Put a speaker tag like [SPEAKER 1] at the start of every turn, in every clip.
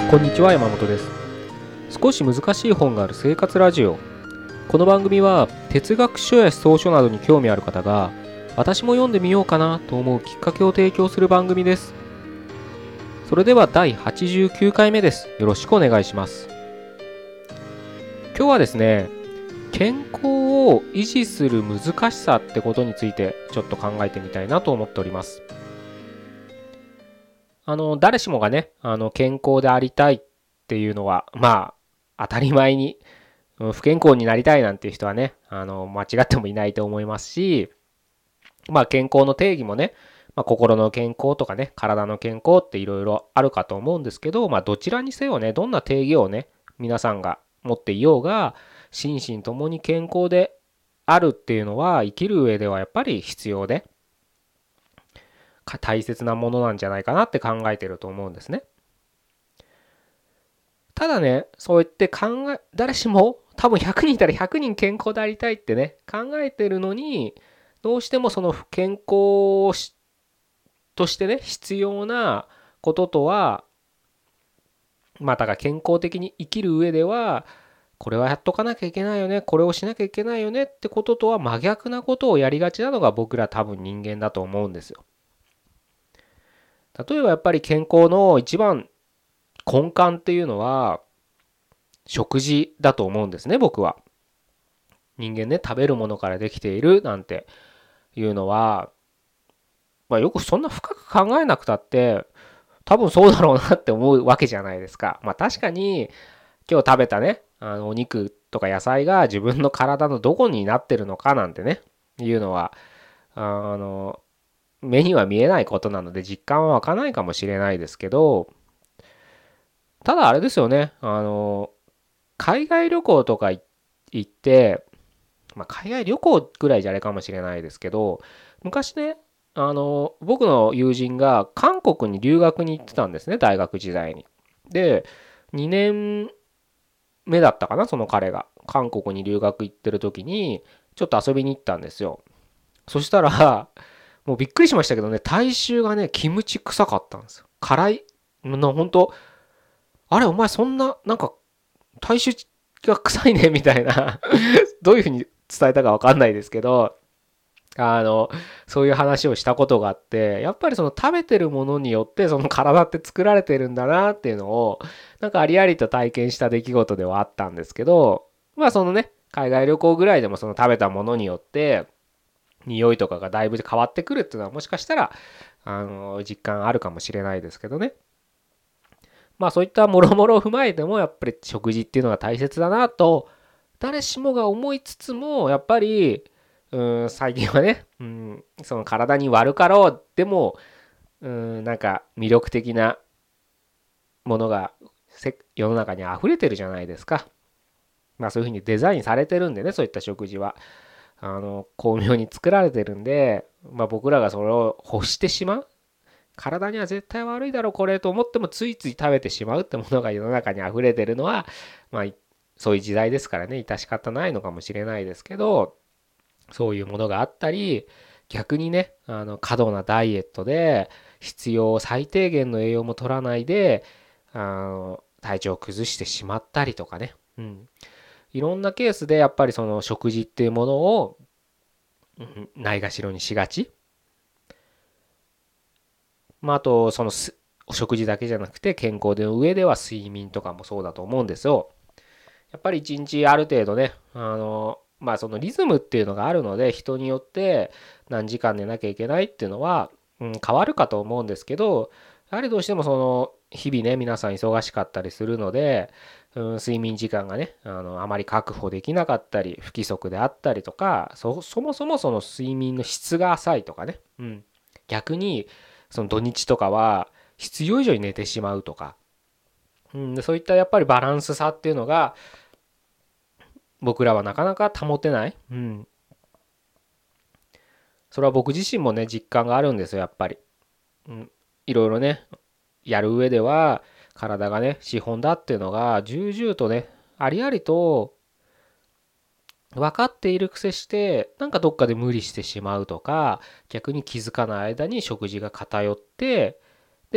[SPEAKER 1] こんにちは、山本です。少し難しい本がある生活ラジオ。この番組は哲学書や思想書などに興味ある方が、私も読んでみようかなと思うきっかけを提供する番組です。それでは第89回目です。よろしくお願いします。今日はですね、健康を維持する難しさってことについてちょっと考えてみたいなと思っております。誰しもがね、健康でありたいっていうのは、当たり前に、不健康になりたいなんていう人はね、間違ってもいないと思いますし、健康の定義もね、心の健康とかね、体の健康っていろいろあるかと思うんですけど、どちらにせよね、どんな定義をね、皆さんが持っていようが、心身ともに健康であるっていうのは、生きる上ではやっぱり必要で、大切なものなんじゃないかなって考えてると思うんですね。ただね、そうやって誰しも多分100人いたら100人健康でありたいってね、考えてるのに、どうしてもその健康としてね、必要なこととは、だから健康的に生きる上では、これはやっとかなきゃいけないよね、これをしなきゃいけないよねってこととは真逆なことをやりがちなのが僕ら多分人間だと思うんですよ。例えばやっぱり健康の一番根幹っていうのは食事だと思うんですね、僕は。人間ね、食べるものからできているなんていうのは、よくそんな深く考えなくたって多分そうだろうなって思うわけじゃないですか。確かに今日食べたね、お肉とか野菜が自分の体のどこになってるのかなんてね、いうのは、あの、目には見えないことなので実感は湧かないかもしれないですけど、ただあれですよね、海外旅行とか行って、海外旅行ぐらいじゃあれかもしれないですけど、昔ね、僕の友人が韓国に留学に行ってたんですね、大学時代に。で、2年目だったかな、その彼が。韓国に留学行ってる時に、ちょっと遊びに行ったんですよ。そしたら、もうびっくりしましたけどね、体臭がね、キムチ臭かったんですよ。辛い、本当あれ、お前そんな、体臭が臭いね、みたいなどういうふうに伝えたかわかんないですけど、あの、そういう話をしたことがあって、やっぱりその食べてるものによってその体って作られてるんだなっていうのを、ありありと体験した出来事ではあったんですけど、そのね、海外旅行ぐらいでもその食べたものによって、匂いとかがだいぶ変わってくるっていうのはもしかしたら、実感あるかもしれないですけどね。そういったもろもろを踏まえても、やっぱり食事っていうのが大切だなと、誰しもが思いつつも、やっぱり、最近はね、その体に悪かろう、でも、魅力的なものが世の中に溢れてるじゃないですか。そういうふうにデザインされてるんでね、そういった食事は。巧妙に作られてるんで、僕らがそれを欲してしまう。体には絶対悪いだろうこれと思ってもついつい食べてしまうってものが世の中に溢れてるのは、そういう時代ですからね、致し方ないのかもしれないですけど、そういうものがあったり、逆にね、過度なダイエットで必要最低限の栄養も取らないで、体調を崩してしまったりとかね、いろんなケースでやっぱりその食事っていうものを、ないがしろにしがち。あと、お食事だけじゃなくて健康での上では睡眠とかもそうだと思うんですよ。やっぱり一日ある程度ね、そのリズムっていうのがあるので、人によって何時間寝なきゃいけないっていうのは、変わるかと思うんですけど、やはりどうしてもその日々ね、皆さん忙しかったりするので、睡眠時間がね、あまり確保できなかったり、不規則であったりとか、そもそもその睡眠の質が浅いとかね、逆にその土日とかは必要以上に寝てしまうとか、そういったやっぱりバランス差っていうのが僕らはなかなか保てない。それは僕自身もね、実感があるんですよ、やっぱり。いろいろね、やる上では、体がね、資本だっていうのが、重々とね、ありありと分かっているくせして、どっかで無理してしまうとか、逆に気づかない間に食事が偏って、で、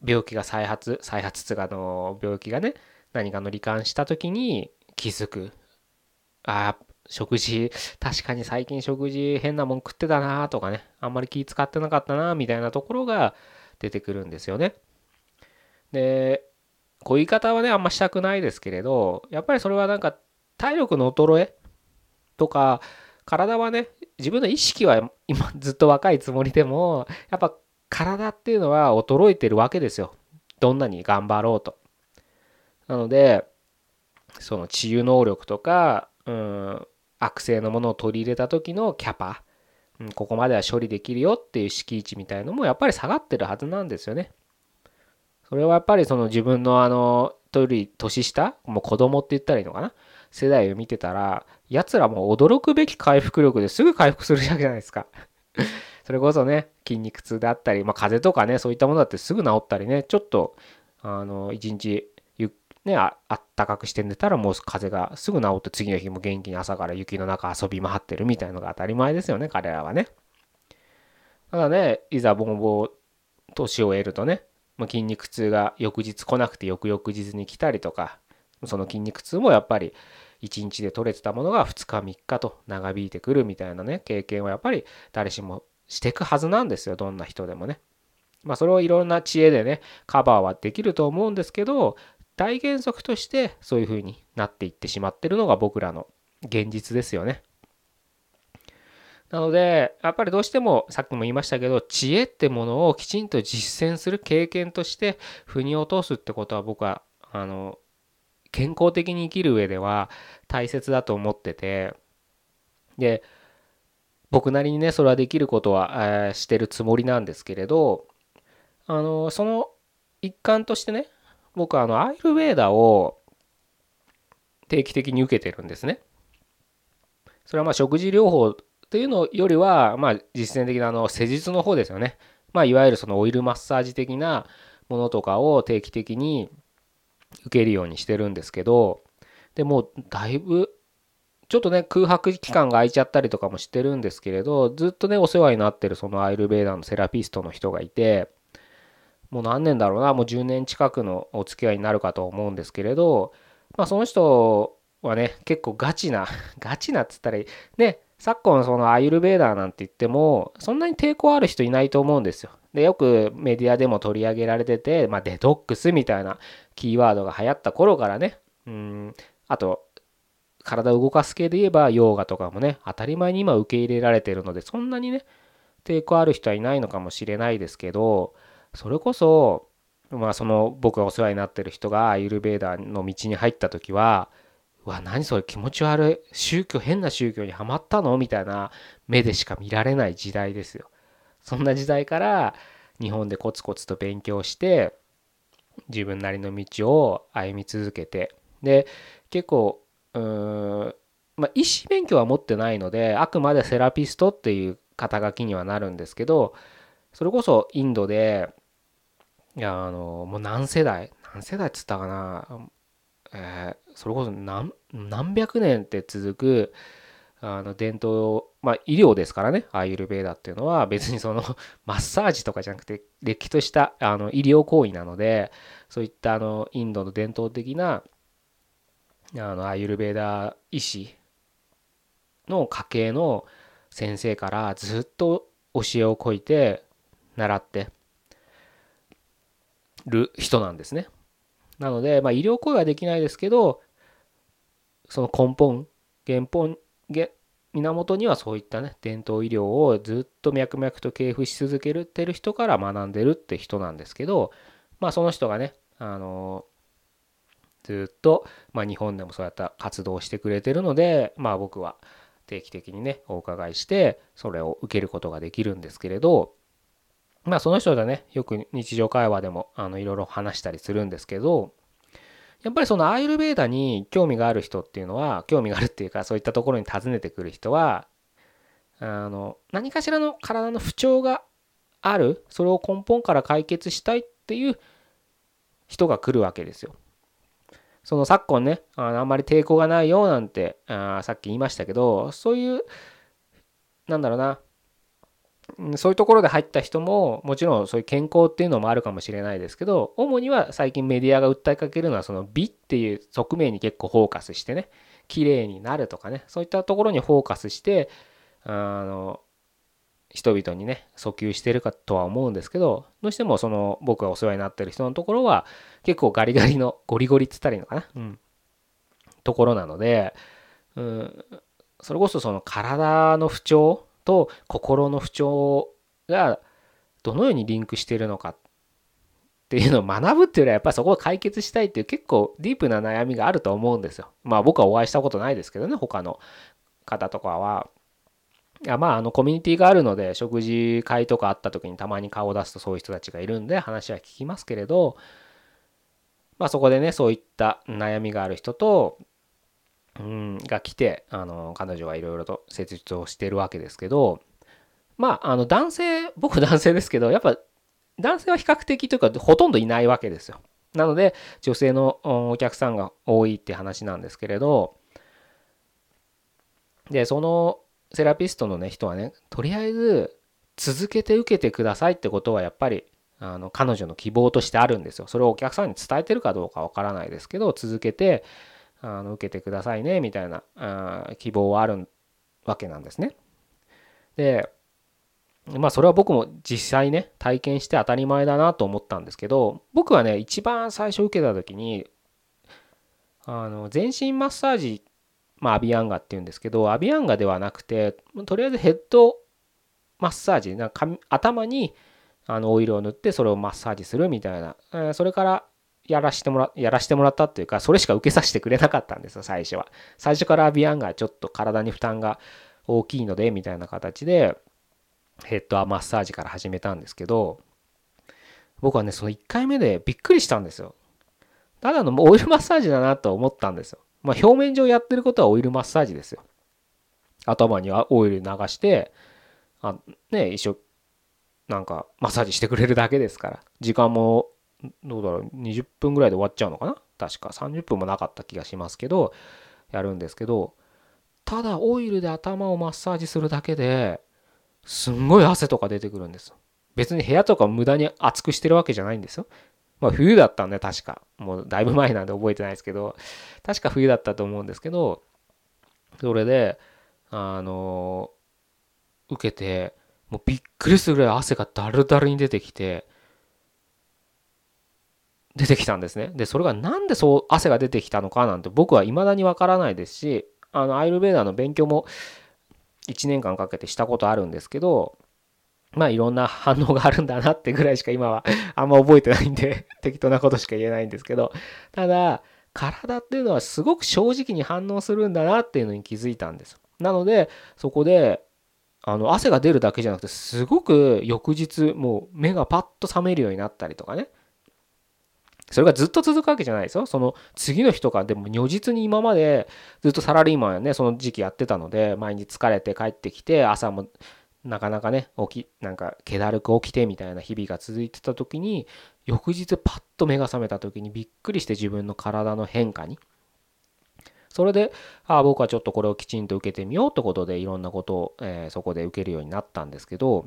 [SPEAKER 1] 病気が再発つが病気がね、何かの罹患した時に気づく。ああ、食事、確かに最近食事変なもん食ってたなとかね、あんまり気使ってなかったなみたいなところが出てくるんですよね。で、こういう言い方はね、あんましたくないですけれど、やっぱりそれはなんか体力の衰えとか、体はね、自分の意識は今ずっと若いつもりでも、やっぱ体っていうのは衰えてるわけですよ。どんなに頑張ろうと。なので、その治癒能力とか、悪性のものを取り入れた時のキャパ、ここまでは処理できるよっていう敷地みたいのもやっぱり下がってるはずなんですよね。それはやっぱりその自分のより年下、もう子供って言ったらいいのかな、世代を見てたら、奴らも驚くべき回復力ですぐ回復するわけじゃないですか。それこそね、筋肉痛だったり、風邪とかね、そういったものだってすぐ治ったりね、ちょっと、一日ね、あったかくして寝たらもう風邪がすぐ治って次の日も元気に朝から雪の中遊び回ってるみたいなのが当たり前ですよね、彼らはね。ただね、いざボンボ年を得るとね、筋肉痛が翌日来なくて翌々日に来たりとか、その筋肉痛もやっぱり1日で取れてたものが2日3日と長引いてくるみたいなね、経験はやっぱり誰しもしていくはずなんですよ、どんな人でもね。それをいろんな知恵でね、カバーはできると思うんですけど、大原則としてそういう風になっていってしまってるのが僕らの現実ですよね。なので、やっぱりどうしてもさっきも言いましたけど、知恵ってものをきちんと実践する経験として腑に落とすってことは僕は、健康的に生きる上では大切だと思ってて、で、僕なりにね、それはできることは、してるつもりなんですけれど、その一環としてね、僕はアイルベーダを定期的に受けてるんですね。それは食事療法っていうのよりは、実践的な施術の方ですよね。いわゆるそのオイルマッサージ的なものとかを定期的に受けるようにしてるんですけど、でもだいぶちょっとね空白期間が空いちゃったりとかもしてるんですけれど、ずっとねお世話になってるそのアイルベーダのセラピストの人がいて、もう何年だろうな、もう10年近くのお付き合いになるかと思うんですけれど、その人はね、結構ガチな、ガチなっつったらいい。ね、昨今そのアイルベーダーなんて言っても、そんなに抵抗ある人いないと思うんですよ。で、よくメディアでも取り上げられてて、デトックスみたいなキーワードが流行った頃からね、あと、体を動かす系で言えば、ヨーガとかもね、当たり前に今受け入れられているので、そんなにね、抵抗ある人はいないのかもしれないですけど、それこそ、その僕がお世話になってる人がアイルベーダーの道に入った時は、うわ、何それ気持ち悪い。変な宗教にはまったのみたいな目でしか見られない時代ですよ。そんな時代から日本でコツコツと勉強して、自分なりの道を歩み続けて、で、結構、医師免許は持ってないので、あくまでセラピストっていう肩書きにはなるんですけど、それこそインドで、いや、もう何世代っつったかな、それこそ何百年って続く、伝統、医療ですからね、アーユルヴェーダっていうのは、別にそのマッサージとかじゃなくて、れっきとした医療行為なので、そういったインドの伝統的なアーユルヴェーダ医師の家系の先生からずっと教えを請いて習ってる人なんですね。なので、医療行為はできないですけど、その原本、源にはそういったね、伝統医療をずっと脈々と系譜し続けてる人から学んでるって人なんですけど、その人がね、ずっと、日本でもそうやった活動をしてくれてるので、僕は定期的にね、お伺いして、それを受けることができるんですけれど、その人でね、よく日常会話でもいろいろ話したりするんですけど、やっぱりそのアーユルヴェーダに興味がある人っていうのは、興味があるっていうか、そういったところに訪ねてくる人は、何かしらの体の不調がある、それを根本から解決したいっていう人が来るわけですよ。その昨今ね、あんまり抵抗がないよなんてさっき言いましたけど、そういう、なんだろうな、 そういうところで入った人ももちろんそういう健康っていうのもあるかもしれないですけど、主には最近メディアが訴えかけるのはその美っていう側面に結構フォーカスしてね、綺麗になるとかね、そういったところにフォーカスして、あの人々にね訴求してるかとは思うんですけど、どうしてもその僕がお世話になってる人のところは結構ガリガリのゴリゴリっつったらいいのかな、ところなので、それこそその体の不調と心の不調がどのようにリンクしているのかっていうのを学ぶっていうよりはやっぱりそこを解決したいっていう結構ディープな悩みがあると思うんですよ。まあ僕はお会いしたことないですけどね、他の方とかは。いや、まあコミュニティがあるので食事会とかあった時にたまに顔を出すとそういう人たちがいるんで話は聞きますけれど、まあそこでねそういった悩みがある人とが来て彼女はいろいろと施術をしてるわけですけど、まあ男性、僕男性ですけどやっぱ男性は比較的というかほとんどいないわけですよ。なので女性のお客さんが多いって話なんですけれど、でそのセラピストのね人はね、とりあえず続けて受けてくださいってことはやっぱり彼女の希望としてあるんですよ。それをお客さんに伝えてるかどうかわからないですけど、続けて受けてくださいねみたいな希望はあるわけなんですね。でまあそれは僕も実際ね体験して当たり前だなと思ったんですけど、僕はね一番最初受けた時に全身マッサージ、まあアビアンガっていうんですけど、アビアンガではなくてとりあえずヘッドマッサージ、なんか頭にオイルを塗ってそれをマッサージするみたいな、それからやらしてもらったっていうか、それしか受けさせてくれなかったんですよ最初は。最初からアビアンガちょっと体に負担が大きいのでみたいな形でヘッドマッサージから始めたんですけど、僕はねその1回目でびっくりしたんですよ。ただのオイルマッサージだなと思ったんですよ。まあ表面上やってることはオイルマッサージですよ。頭にはオイル流して一緒なんかマッサージしてくれるだけですから、時間もどうだろう20分ぐらいで終わっちゃうのかな、確か30分もなかった気がしますけど、やるんですけど、ただオイルで頭をマッサージするだけですんごい汗とか出てくるんです。別に部屋とか無駄に暑くしてるわけじゃないんですよ。まあ冬だったんで確か。もうだいぶ前なんで覚えてないですけど、確か冬だったと思うんですけど、それで、あの受けて、もうびっくりするぐらい汗がだるだるに出てきたんですね。で、それがなんでそう汗が出てきたのかなんて僕は未だにわからないですし、アイルベーダーの勉強も1年間かけてしたことあるんですけど、まあいろんな反応があるんだなってぐらいしか今はあんま覚えてないんで適当なことしか言えないんですけど、ただ体っていうのはすごく正直に反応するんだなっていうのに気づいたんです。なのでそこで汗が出るだけじゃなくてすごく翌日もう目がパッと覚めるようになったりとかね、それがずっと続くわけじゃないですよ。その次の日とかでも如実に今までずっとサラリーマンやねその時期やってたので、毎日疲れて帰ってきて朝もなかなかねなんか気だるく起きてみたいな日々が続いてた時に、翌日パッと目が覚めた時にびっくりして自分の体の変化に、それで僕はちょっとこれをきちんと受けてみようってことでいろんなことを、そこで受けるようになったんですけど、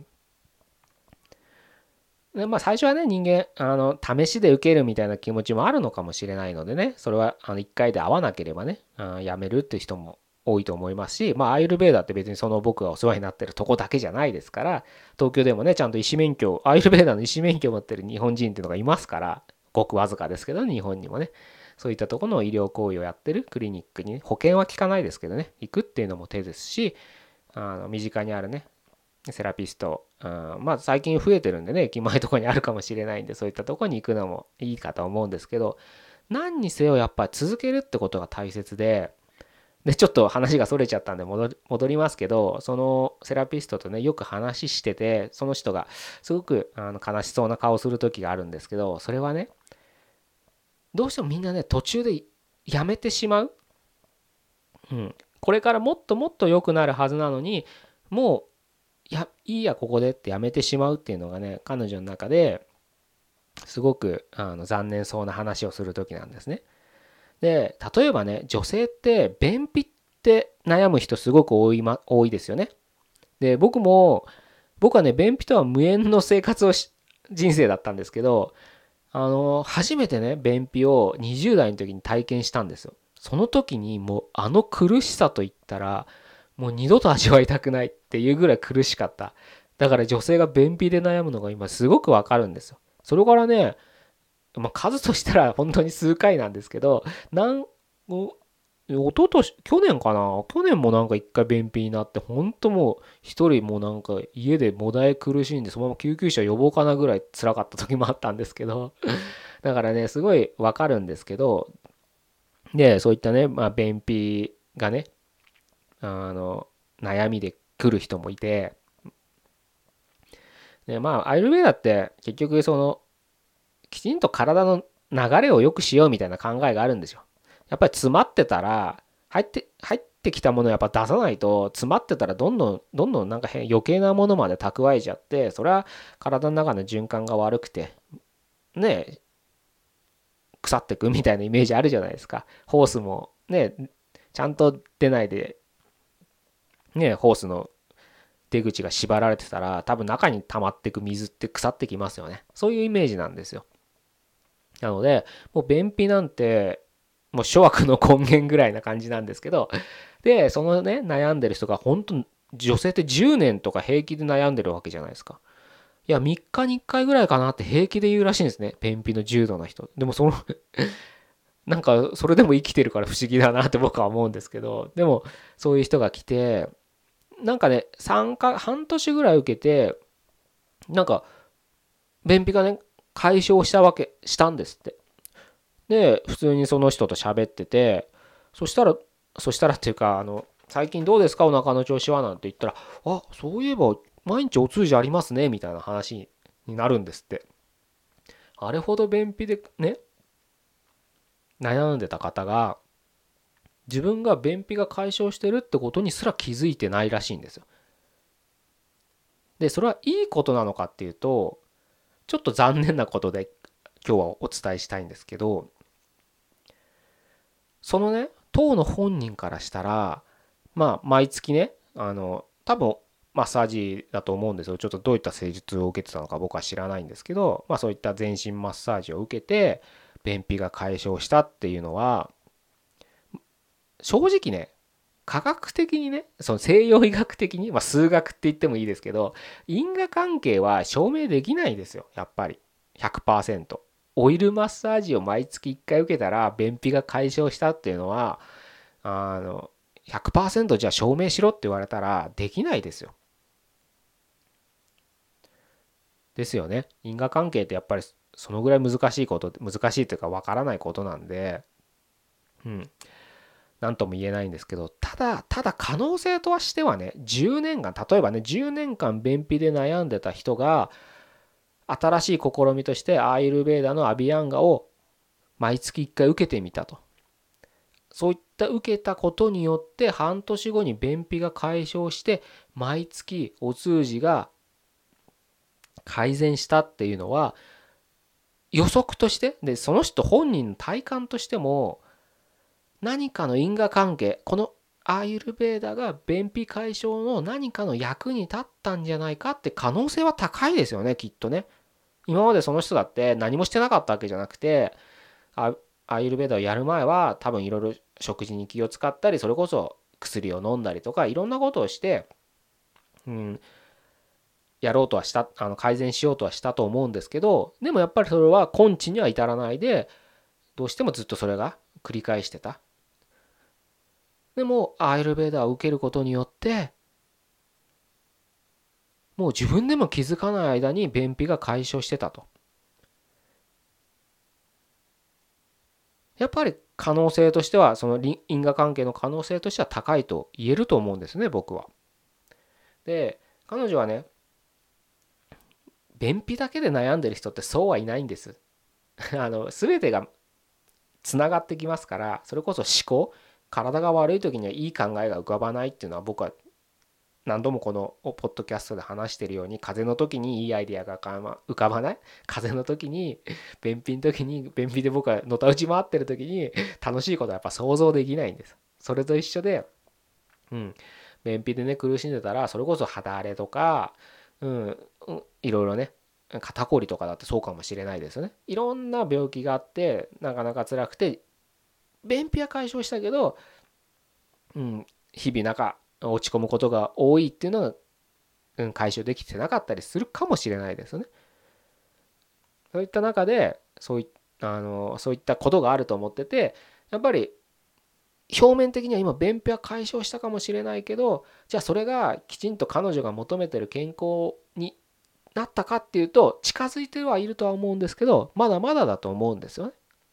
[SPEAKER 1] でまあ最初はね人間試しで受けるみたいな気持ちもあるのかもしれないのでね、それは1回で合わなければねやめるっていう人も多いと思いますし、まあアイルベーダーって別にその僕がお世話になってるとこだけじゃないですから、東京でもねちゃんと医師免許、アイルベーダーの医師免許を持ってる日本人っていうのがいますから、ごくわずかですけど日本にもね、そういったところの医療行為をやってるクリニックに保険は効かないですけどね行くっていうのも手ですし、身近にあるねセラピスト、まあ最近増えてるんでね、駅前とかにあるかもしれないんで、そういったところに行くのもいいかと思うんですけど、何にせよやっぱり続けるってことが大切で、ちょっと話がそれちゃったんで戻りますけど、そのセラピストとねよく話してて、その人がすごく悲しそうな顔する時があるんですけど、それはねどうしてもみんなね途中でやめてしまう、これからもっともっと良くなるはずなのに、もういいやここでってやめてしまうっていうのがね彼女の中ですごく残念そうな話をする時なんですね。で例えばね女性って便秘って悩む人すごく多いですよね。で僕も僕はね、便秘とは無縁の生活を人生だったんですけど、初めてね、便秘を20代の時に体験したんですよ。その時にもう苦しさといったら、もう二度と味わいたくないっていうぐらい苦しかった。だから女性が便秘で悩むのが今すごくわかるんですよ。それからね、数としたら本当に数回なんですけど、一昨年、去年かな去年もなんか一回便秘になって、本当もう一人もうなんか家でもだえ苦しんで、そのまま救急車呼ぼうかなぐらい辛かった時もあったんですけど、だからね、すごいわかるんですけど、で、そういったね、便秘がね、悩みで来る人もいて、で、アイルベーダって結局きちんと体の流れを良くしようみたいな考えがあるんですよ。やっぱり詰まってたら、入ってきたものをやっぱ出さないと、詰まってたらどんどんなんか余計なものまで蓄えちゃって、それは体の中の循環が悪くて、ね、腐ってくみたいなイメージあるじゃないですか。ホースもね、ちゃんと出ないで、ね、ホースの出口が縛られてたら、多分中に溜まってく水って腐ってきますよね。そういうイメージなんですよ。なので、もう便秘なんて、もう諸悪の根源ぐらいな感じなんですけど、で、そのね、悩んでる人が本当、女性って10年とか平気で悩んでるわけじゃないですか。いや、3日に1回ぐらいかなって平気で言うらしいんですね。便秘の重度な人。でもなんか、それでも生きてるから不思議だなって僕は思うんですけど、でも、そういう人が来て、なんかね、半年ぐらい受けて、なんか、便秘がね、解消したんですって。で、普通にその人と喋ってて、そしたらっていうか、最近どうですかお腹の調子はなんて言ったら、あ、そういえば毎日お通じありますねみたいな話になるんですって。あれほど便秘でね、悩んでた方が、自分が便秘が解消してるってことにすら気づいてないらしいんですよ。で、それはいいことなのかっていうと、ちょっと残念なことで今日はお伝えしたいんですけど、そのね、当の本人からしたら、毎月ね、多分、マッサージだと思うんですよ。ちょっとどういった施術を受けてたのか僕は知らないんですけど、そういった全身マッサージを受けて、便秘が解消したっていうのは、正直ね、科学的にね、その西洋医学的に、数学って言ってもいいですけど、因果関係は証明できないですよ、やっぱり。100%。オイルマッサージを毎月1回受けたら便秘が解消したっていうのは、100%じゃあ証明しろって言われたらできないですよ。ですよね。因果関係ってやっぱりそのぐらい難しいというかわからないことなんで、うん。なんとも言えないんですけど、ただ可能性としてはね、10年間、例えばね、10年間便秘で悩んでた人が、新しい試みとしてアーユルヴェーダのアビアンガを毎月1回受けてみたと。そういった受けたことによって半年後に便秘が解消して毎月お通じが改善したっていうのは予測としてでその人本人の体感としても何かの因果関係このアーユルベーダが便秘解消の何かの役に立ったんじゃないかって可能性は高いですよねきっとね。今までその人だって何もしてなかったわけじゃなくてアーユルベーダをやる前は多分いろいろ食事に気を使ったりそれこそ薬を飲んだりとかいろんなことをして、うん、やろうとはした改善しようとはしたと思うんですけどでもやっぱりそれは根治には至らないでどうしてもずっとそれが繰り返してた。でもアーユルベーダを受けることによってもう自分でも気づかない間に便秘が解消してたと。やっぱり可能性としてはその因果関係の可能性としては高いと言えると思うんですね僕は。で彼女はね便秘だけで悩んでる人ってそうはいないんです。全てがつながってきますからそれこそ思考体が悪い時にはいい考えが浮かばないっていうのは僕は何度もこのポッドキャストで話しているように風邪の時にいいアイディアが浮かばない風邪の時に便秘で僕はのたうち回ってる時に楽しいことはやっぱ想像できないんです。それと一緒で、うん、便秘でね苦しんでたらそれこそ肌荒れとかいろいろね、肩こりとかだってそうかもしれないですよね。いろんな病気があってなかなか辛くて、便秘は解消したけど、日々落ち込むことが多いっていうのが、解消できてなかったりするかもしれないですよね。そういった中でそういったことがあると思ってて、やっぱり表面的には今便秘は解消したかもしれないけど、じゃあそれがきちんと彼女が求めてる健康になったかっていうと、近づいてはいるとは思うんですけど、まだまだだと思うんですよね。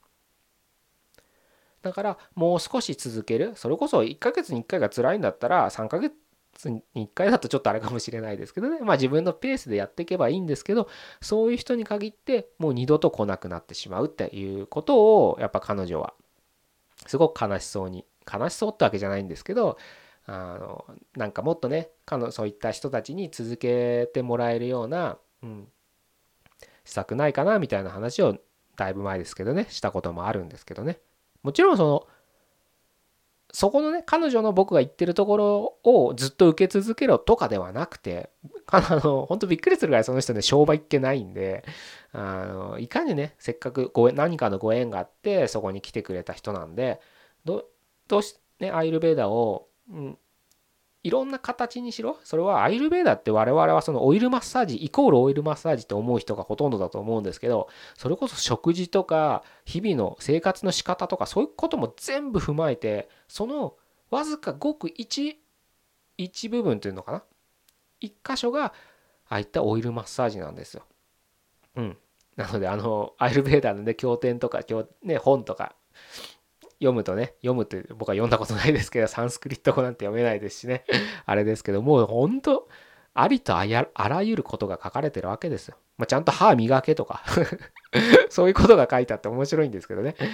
[SPEAKER 1] だからもう少し続ける、それこそ1ヶ月に1回が辛いんだったら3ヶ月に1回だとちょっとあれかもしれないですけどね、まあ自分のペースでやっていけばいいんですけど、そういう人に限ってもう二度と来なくなってしまうっていうことを、やっぱ彼女はすごく悲しそうってわけじゃないんですけど、なんかもっとね、そういった人たちに続けてもらえるような、施策ないかなみたいな話をだいぶ前ですけどね、したこともあるんですけどね。もちろんそこのね、彼女の僕が言ってるところをずっと受け続けろとかではなくて、本当びっくりするぐらいその人ね、商売っ気ないんで、いかにね、せっかく何かのご縁があって、そこに来てくれた人なんで、どうしね、アイルベーダを、いろんな形にしろ、それはアイルベーダって我々はそのオイルマッサージイコールオイルマッサージと思う人がほとんどだと思うんですけど、それこそ食事とか日々の生活の仕方とかそういうことも全部踏まえて、そのわずかごく一部分というのかな、一箇所がああいったオイルマッサージなんですよ。なのでアイルベーダーのね、経典とか本とか読むって僕は読んだことないですけど、サンスクリット語なんて読めないですしね、あれですけど、もう本当ありとあらゆることが書かれてるわけですよ。まあ、ちゃんと歯磨けとかそういうことが書いてあって面白いんですけどね。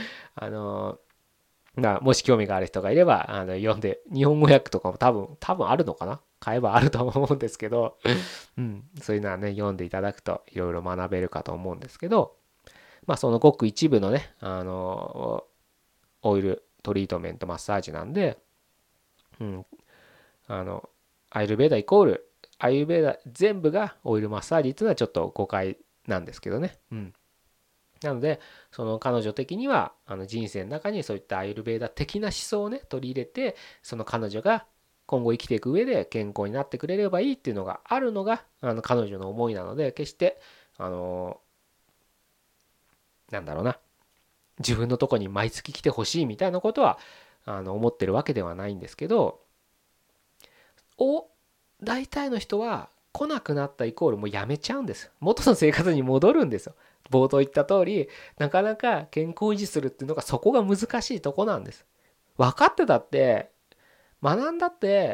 [SPEAKER 1] もし興味がある人がいれば読んで、日本語訳とかも多分あるのかな、買えばあると思うんですけど、そういうのはね、読んでいただくといろいろ学べるかと思うんですけど、まあそのごく一部のね、オイルトリートメントマッサージなんで、うん、あのアイルベーダイコールアイルベーダ全部がオイルマッサージっていうのはちょっと誤解なんですけどね。なのでその彼女的には人生の中にそういったアイルベーダ的な思想をね取り入れて、その彼女が今後生きていく上で健康になってくれればいいっていうのがあるのが彼女の思いなので、決してなんだろうな、自分のとこに毎月来てほしいみたいなことは思ってるわけではないんですけど、大体の人は来なくなったイコールもうやめちゃうんです。元の生活に戻るんですよ。冒頭言った通り、なかなか健康維持するっていうのがそこが難しいとこなんです。分かってたって、学んだって、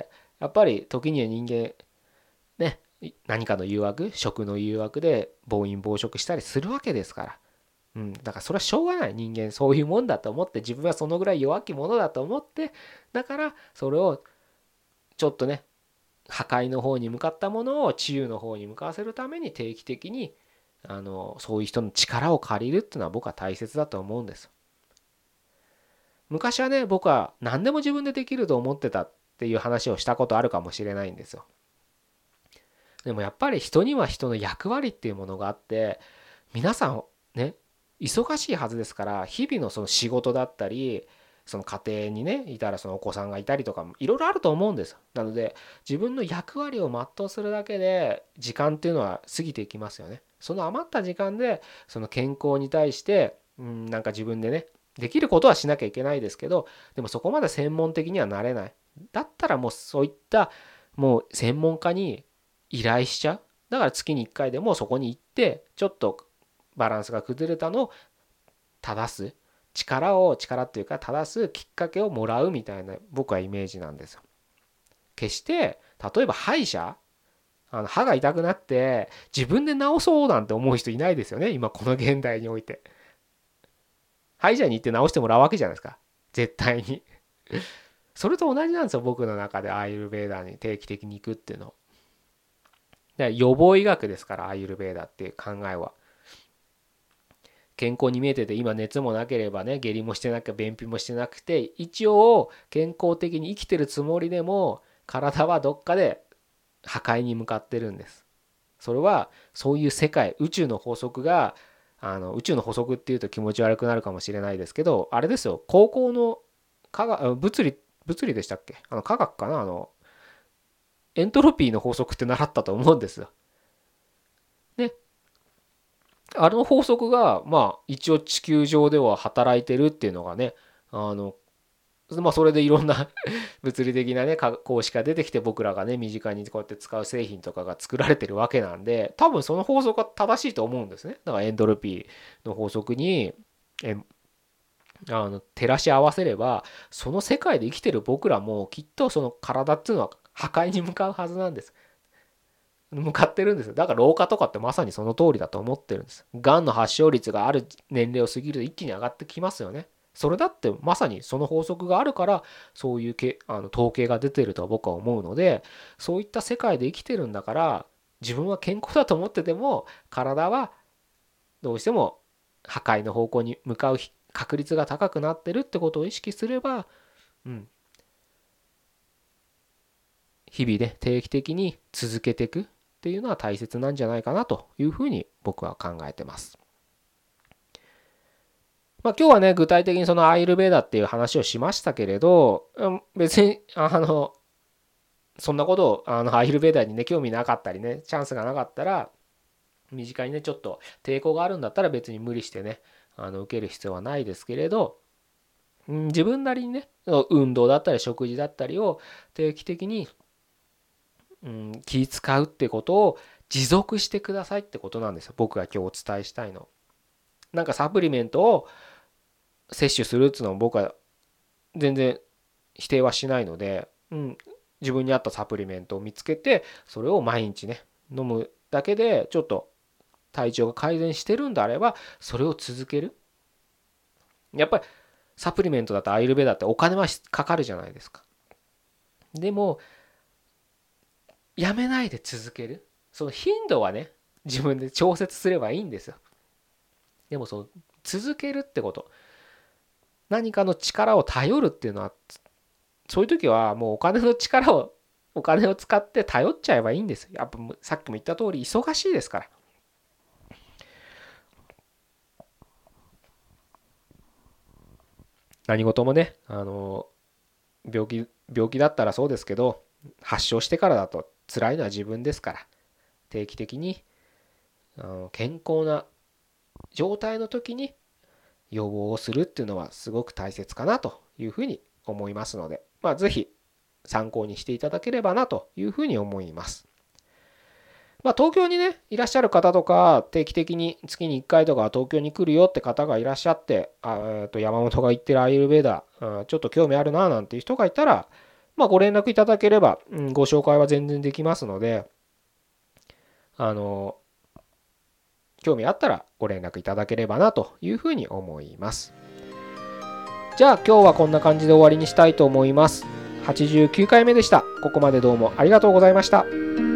[SPEAKER 1] やっぱり時には人間ね、何かの誘惑、食の誘惑で暴飲暴食したりするわけですから。だからそれはしょうがない。人間そういうもんだと思って、自分はそのぐらい弱き者だと思って、だからそれをちょっとね、破壊の方に向かったものを治癒の方に向かわせるために定期的にそういう人の力を借りるっていうのは僕は大切だと思うんです。昔はね、僕は何でも自分でできると思ってたっていう話をしたことあるかもしれないんですよ。でもやっぱり人には人の役割っていうものがあって、皆さんね、忙しいはずですから、日々のその仕事だったり、その家庭にね、いたらそのお子さんがいたりとかもいろいろあると思うんです。なので、自分の役割を全うするだけで、時間っていうのは過ぎていきますよね。その余った時間で、その健康に対して、なんか自分でね、できることはしなきゃいけないですけど、でもそこまで専門的にはなれない。だったらもうそういった、もう専門家に依頼しちゃう。だから月に1回でもそこに行って、ちょっとバランスが崩れたのを正す。力っていうか正すきっかけをもらうみたいな僕はイメージなんですよ。決して例えば歯医者、歯が痛くなって自分で治そうなんて思う人いないですよね、今この現代において。歯医者に行って治してもらうわけじゃないですか、絶対に。それと同じなんですよ、僕の中でアーユルヴェーダに定期的に行くっていうの。で予防医学ですから、アーユルヴェーダっていう考えは。健康に見えてて、今熱もなければね、下痢もしてなくて便秘もしてなくて、一応健康的に生きてるつもりでも体はどっかで破壊に向かってるんです。 それはそういう世界、宇宙の法則が宇宙の法則っていうと気持ち悪くなるかもしれないですけど、あれですよ、高校の物理でしたっけ、科学かな、エントロピーの法則って習ったと思うんですよ。ね。あの法則が、まあ、一応地球上では働いてるっていうのがね、まあ、それでいろんな物理的なね、公式が出てきて、僕らがね、身近にこうやって使う製品とかが作られてるわけなんで、多分その法則が正しいと思うんですね。だからエントロピーの法則に、照らし合わせれば、その世界で生きてる僕らもきっとその体っていうのは破壊に向かうはずなんです。向かってるんです。だから老化とかってまさにその通りだと思ってるんです。がんの発症率がある年齢を過ぎると一気に上がってきますよね。それだってまさにその法則があるからそういう統計が出てると僕は思うので、そういった世界で生きてるんだから、自分は健康だと思ってても体はどうしても破壊の方向に向かう確率が高くなってるってことを意識すれば、日々ね定期的に続けていくっていうのは大切なんじゃないかなというふうに僕は考えてます。まあ、今日はね具体的にそのアイルベーダっていう話をしましたけれど、別にそんなことをアイルベーダにね興味なかったりねチャンスがなかったら、身近にねちょっと抵抗があるんだったら別に無理してね受ける必要はないですけれど、自分なりにね運動だったり食事だったりを定期的に気使うってことを持続してくださいってことなんですよ。僕が今日お伝えしたいの。なんかサプリメントを摂取するっていうのも僕は全然否定はしないので、自分に合ったサプリメントを見つけてそれを毎日ね飲むだけでちょっと体調が改善してるんであればそれを続ける。やっぱりサプリメントだとアイルベーダってお金はかかるじゃないですか。でもやめないで続ける、その頻度はね自分で調節すればいいんですよ。でもその続けるってこと、何かの力を頼るっていうのは、そういう時はもうお金を使って頼っちゃえばいいんですよ。やっぱさっきも言った通り忙しいですから。何事もね病気だったらそうですけど、発症してからだと辛いのは自分ですから、定期的に健康な状態の時に予防をするっていうのはすごく大切かなというふうに思いますので、ぜひ参考にしていただければなというふうに思います。東京にねいらっしゃる方とか、定期的に月に1回とか東京に来るよって方がいらっしゃって、山本が言ってるアイルベーダちょっと興味あるななんていう人がいたら、ご連絡いただければ、ご紹介は全然できますので、興味あったらご連絡いただければなというふうに思います。じゃあ今日はこんな感じで終わりにしたいと思います。89回目でした。ここまでどうもありがとうございました。